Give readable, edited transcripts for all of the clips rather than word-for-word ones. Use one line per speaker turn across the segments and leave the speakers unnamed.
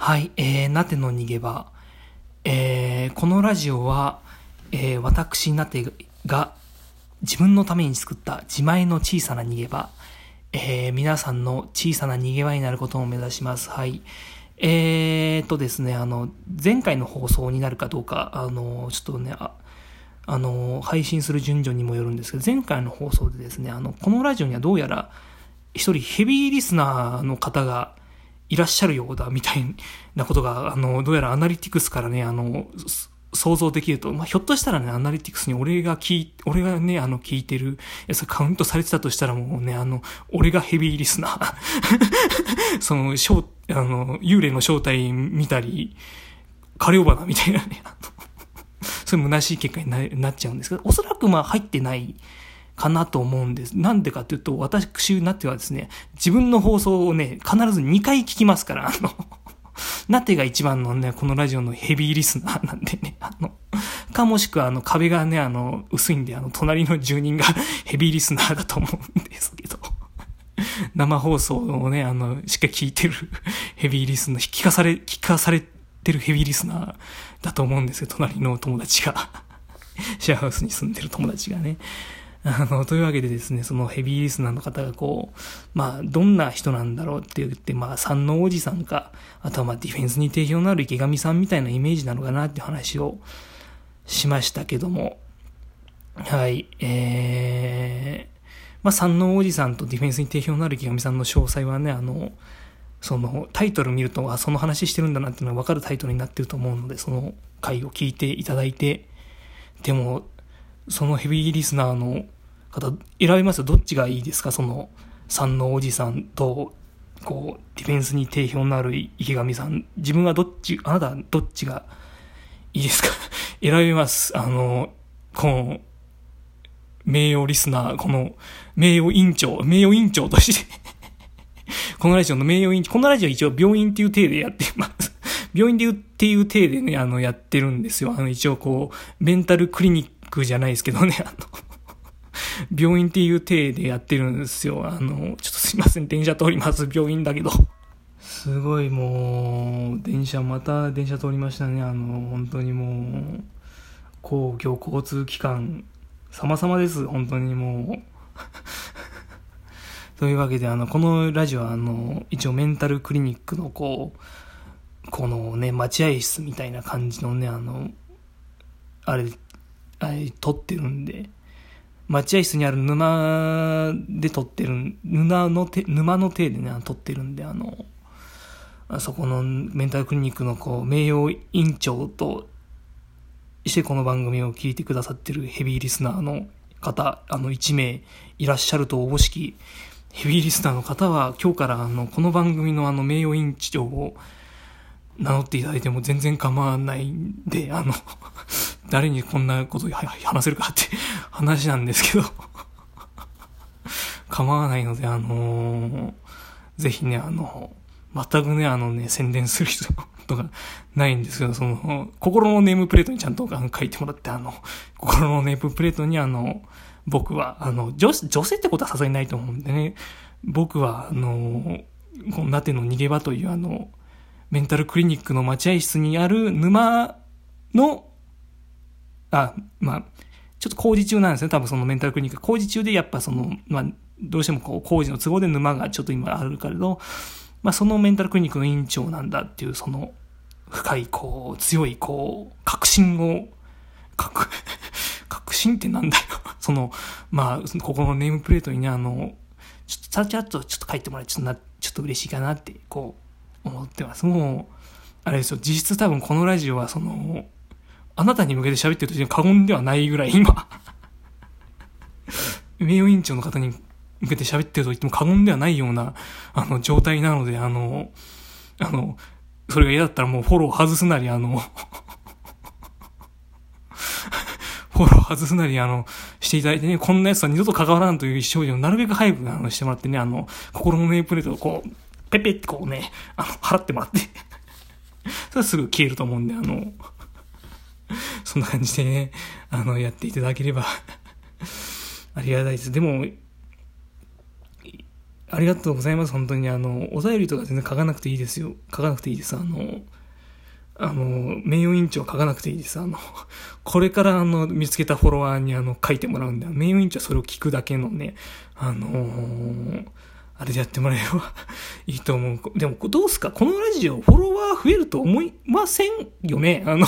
はい、なての逃げ場。このラジオは、私なてが自分のために作った自前の小さな逃げ場、皆さんの小さな逃げ場になることを目指します。はい。ですね、前回の放送になるかどうか、ちょっとね、配信する順序にもよるんですけど、前回の放送でですね、このラジオにはどうやら一人ヘビーリスナーの方がいらっしゃるようだみたいなことが、どうやらアナリティクスからね、想像できると、ひょっとしたらね、アナリティクスに俺がね、聞いてるやつがカウントされてたとしたらもうね、俺がヘビーリスナー。幽霊の正体見たり、カレオバナみたいなね、そういう虚しい結果になっちゃうんですけど、おそらく入ってないかなと思うんです。なんでかというと、私なってはですね、自分の放送をね、必ず2回聞きますから、なてが一番のね、このラジオのヘビーリスナーなんでね、もしくは壁がね、薄いんで、隣の住人がヘビーリスナーだと思うんですけど、生放送をね、しっかり聞いてるヘビーリスナー、聞かされてるヘビーリスナーだと思うんですけど、隣の友達が、シェアハウスに住んでる友達がね、というわけでですね、そのヘビーリスナーの方がどんな人なんだろうって言って、三のおじさんか、あとはディフェンスに定評のある池上さんみたいなイメージなのかなっていう話をしましたけども、はい、三のおじさんとディフェンスに定評のある池上さんの詳細はね、そのタイトル見ると、その話してるんだなっていうのが分かるタイトルになってると思うので、その回を聞いていただいて、でも、そのヘビーリスナーの方、選びますよ。どっちがいいですか？その、三のおじさんと、ディフェンスに定評のある池上さん。あなたはどっちがいいですか？選びます。この、名誉リスナー、この、名誉委員長としてこのラジオの名誉委員長、このラジオは一応病院っていう体でやっています。病院っていう体でね、やってるんですよ。一応メンタルクリニックじゃないですけどね、病院っていう体でやってるんですよ。ちょっとすいません、電車通ります、病院だけど。すごいもう、また電車通りましたね。本当にもう、公共交通機関、様々です、本当にもう。というわけで、このラジオは、一応メンタルクリニックのこのね、待合室みたいな感じのね、あれ、撮ってるんで、待合室にある沼で撮ってる、沼の手でね、撮ってるんで、そこのメンタルクリニックの名誉院長としてこの番組を聞いてくださってるヘビーリスナーの方、1名いらっしゃるとおぼしきヘビーリスナーの方は、今日からこの番組の名誉院長を名乗っていただいても全然構わないんで、誰にこんなこと話せるかって話なんですけど構わないので、ぜひね、全くね、宣伝する人とかないんですけど、心のネームプレートにちゃんと書いてもらって、心のネームプレートに僕は、女性ってことはさすがにないと思うんでね、僕は、このなての逃げ場というメンタルクリニックの待合室にある沼の、ちょっと工事中なんですね。多分そのメンタルクリニック工事中でやっぱどうしても工事の都合で沼がちょっと今あるけれど、そのメンタルクリニックの院長なんだっていう、その深い強い確信確信ってなんだよ。ここのネームプレートにね、ちょっと書いてもらえちょっと嬉しいかなって思ってます。もうあれですよ、実質多分このラジオはあなたに向けて喋ってると過言ではないぐらい今名誉委員長の方に向けて喋ってると言っても過言ではないような状態なので、それが嫌だったらもうフォロー外すなりフォロー外すなりしていただいてね、こんなやつは二度と関わらんという意思表示をなるべく早くしてもらってね、心のネームプレートをペペって払ってもらってそれはすぐ消えると思うんで、そんな感じでね、やっていただければありがたいです。でも、 ありがとうございます。本当にお便りとか全然書かなくていいですよ。書かなくていいです。名誉委員長書かなくていいです。これから見つけたフォロワーに書いてもらうんで、名誉委員長はそれを聞くだけのね、あれでやってもらえればいいと思う。でもどうすか、このラジオフォロワー増えると思いませんよね。このラ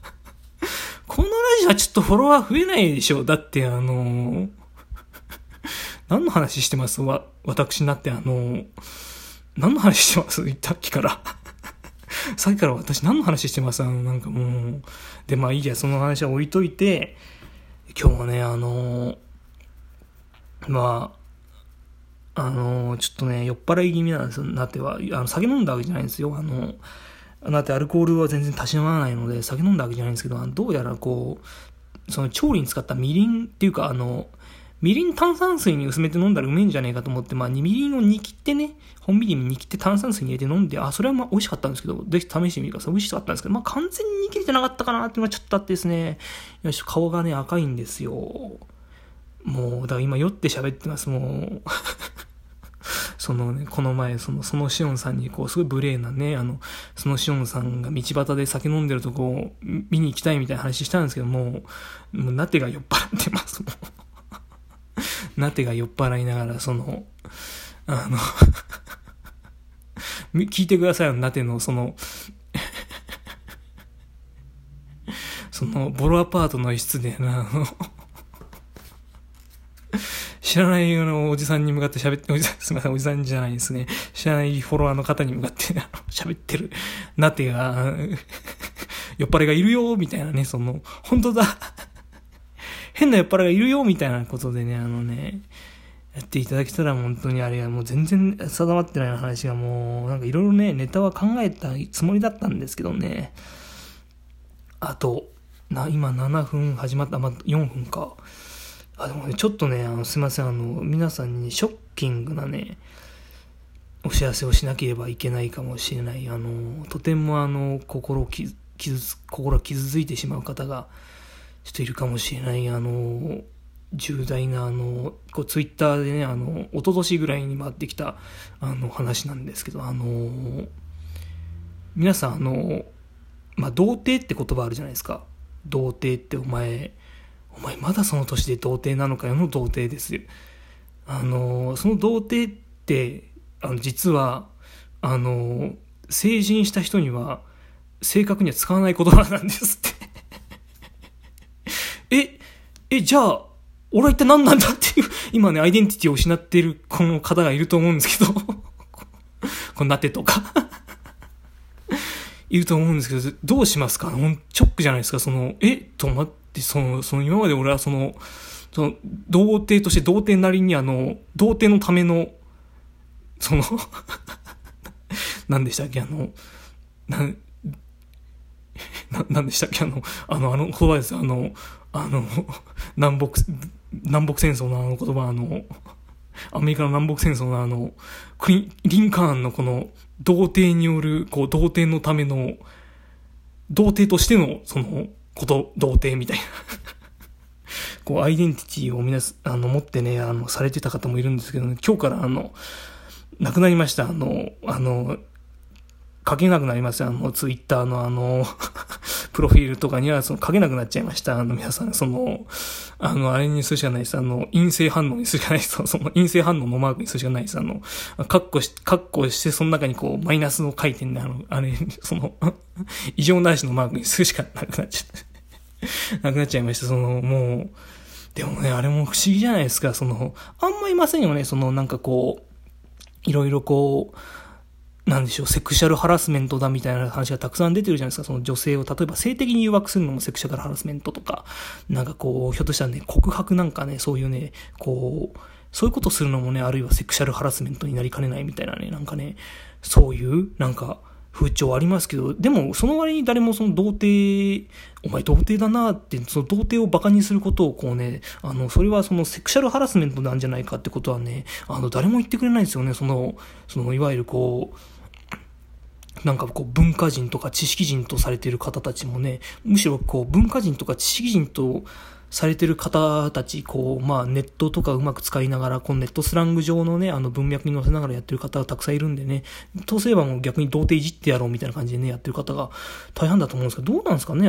ジオはちょっとフォロワー増えないでしょ。だって何の話してます私になって何の話してますさっきからさっきから私何の話してますなんかもう。で、まあいいや、その話は置いといて、今日はね、ちょっとね、酔っ払い気味なんですよ。なっては、酒飲んだわけじゃないんですよ。なってアルコールは全然たしなまらないので、酒飲んだわけじゃないんですけど、どうやらその調理に使ったみりんっていうか、みりん炭酸水に薄めて飲んだらうめえんじゃねえかと思って、みりんを煮切ってね、本みりんに煮切って炭酸水に入れて飲んで、それは美味しかったんですけど、ぜひ試してみてください。美味しかったんですけど、完全に煮切れてなかったかなっていうのはちょっとあってですね、よし、顔がね、赤いんですよ。もう、だから今酔って喋ってます、もう。そのね、この前、そのしおんさんに、すごい無礼なね、そのしおんさんが道端で酒飲んでるとこを見に行きたいみたいな話したんですけどもうなてが酔っ払ってます、もう。なてが酔っ払いながら、聞いてくださいよ、なての、ボロアパートの一室で、知らないおじさんに向かって喋って、すみません、おじさんじゃないですね。知らないフォロワーの方に向かって喋ってる、なてが、酔っ払いがいるよ、みたいなね、本当だ。変な酔っ払いがいるよ、みたいなことでね、やっていただけたら本当にあれがもう全然定まってない話がもう、なんかいろいろね、ネタは考えたつもりだったんですけどね。あと、今7分始まった、4分か。でもね、ちょっとね、すいません、皆さんに、ね、ショッキングなね、お知らせをしなければいけないかもしれない。とても心傷ついてしまう方が、ちょっといるかもしれない。重大な、ツイッターでね、一昨年ぐらいに回ってきた、話なんですけど、皆さん、童貞って言葉あるじゃないですか。童貞ってお前まだその年で童貞なのかよの童貞ですよ。その童貞って、実は、成人した人には、正確には使わない言葉なんですって。じゃあ、俺は一体何なんだっていう、今ね、アイデンティティを失っているこの方がいると思うんですけど、このなてとか。いると思うんですけど、どうしますか？ショックじゃないですか、と待って、今まで俺は童貞として童貞なりに童貞のための、何でしたっけ何でしたっけ言葉ですよ。南北戦争の言葉、アメリカの南北戦争のリンカーンのこの童貞による童貞のための童貞としての童貞みたいなアイデンティティを持ってねされてた方もいるんですけどね、今日から亡くなりました。書けなくなりました。ツイッターのプロフィールとかには書けなくなっちゃいました。皆さん、あれにするしかないです。陰性反応にするしかないです。陰性反応のマークにするしかないです。カッコして、その中にマイナスの回転で、異常なしのマークにするしかなくなっちゃいました。もう、でもね、あれも不思議じゃないですか。あんまいませんよね。いろいろなんでしょう、セクシャルハラスメントだみたいな話がたくさん出てるじゃないですか。女性を例えば性的に誘惑するのもセクシャルハラスメントとか、ひょっとしたらね、告白なんかね、そういうね、そういうことするのもね、あるいはセクシャルハラスメントになりかねないみたいなね、そういう風潮ありますけど、でもその割に誰も童貞、お前童貞だなって、童貞をバカにすることをそれはセクシャルハラスメントなんじゃないかってことはね、誰も言ってくれないんですよね。いわゆる文化人とか知識人とされている方たちもね、むしろ文化人とか知識人とされてる方たち、こう、まあ、ネットとかうまく使いながら、このネットスラング上のね、文脈に載せながらやってる方がたくさんいるんでね、とすればもう逆に童貞いじってやろうみたいな感じでね、やってる方が大半だと思うんですけど、どうなんですかね、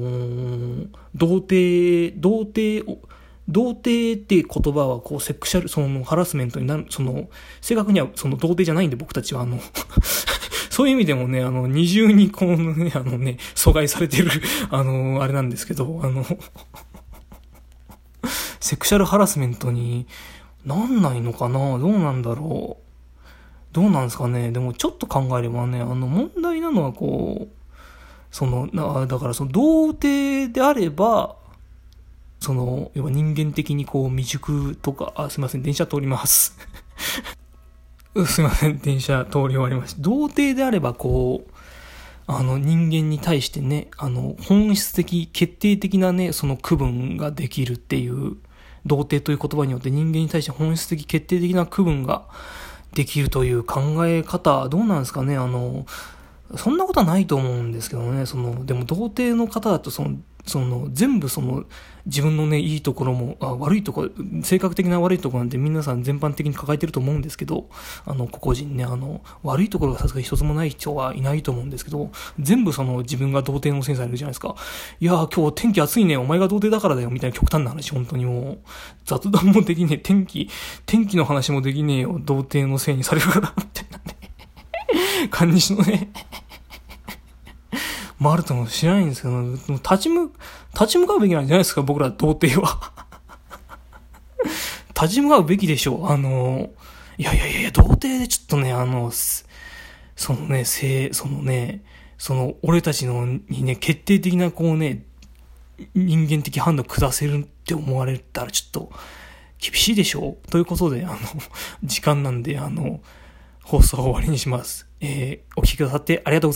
童貞って言葉は、こう、セクシャル、その、ハラスメントになる、正確には、童貞じゃないんで、僕たちは、そういう意味でもね、二重に、このね、阻害されてる、あれなんですけど、セクシャルハラスメントになんないのかな？どうなんだろう？どうなんですかね？でもちょっと考えればね、問題なのはこう、だから童貞であれば、要は人間的にこう未熟とか、すいません、電車通ります。すいません、電車通り終わりました。童貞であればこう、人間に対してね、本質的、決定的なね、その区分ができるっていう、童貞という言葉によって人間に対して本質的、決定的な区分ができるという考え方、どうなんですかね、そんなことはないと思うんですけどね、でも童貞の方だと全部自分のね、いいところも、悪いところ、性格的な悪いところなんて皆さん全般的に抱えてると思うんですけど、個々人ね、悪いところがさすがに一つもない人はいないと思うんですけど、全部自分が童貞のせいにされるじゃないですか。いやー今日天気暑いね、お前が童貞だからだよ、みたいな極端な話、本当にもう、雑談もできねえ、天気の話もできねえよ、童貞のせいにされるから、みたいなね、感じのね、あるとも知らないんですけど、立ち向かうべきなんじゃないですか、僕ら童貞は。立ち向かうべきでしょう。いや、童貞でちょっとね、俺たちにね、決定的なこうね、人間的判断を下せるって思われたらちょっと厳しいでしょう。ということで、時間なんで、放送を終わりにします。お聞きくださってありがとうございます。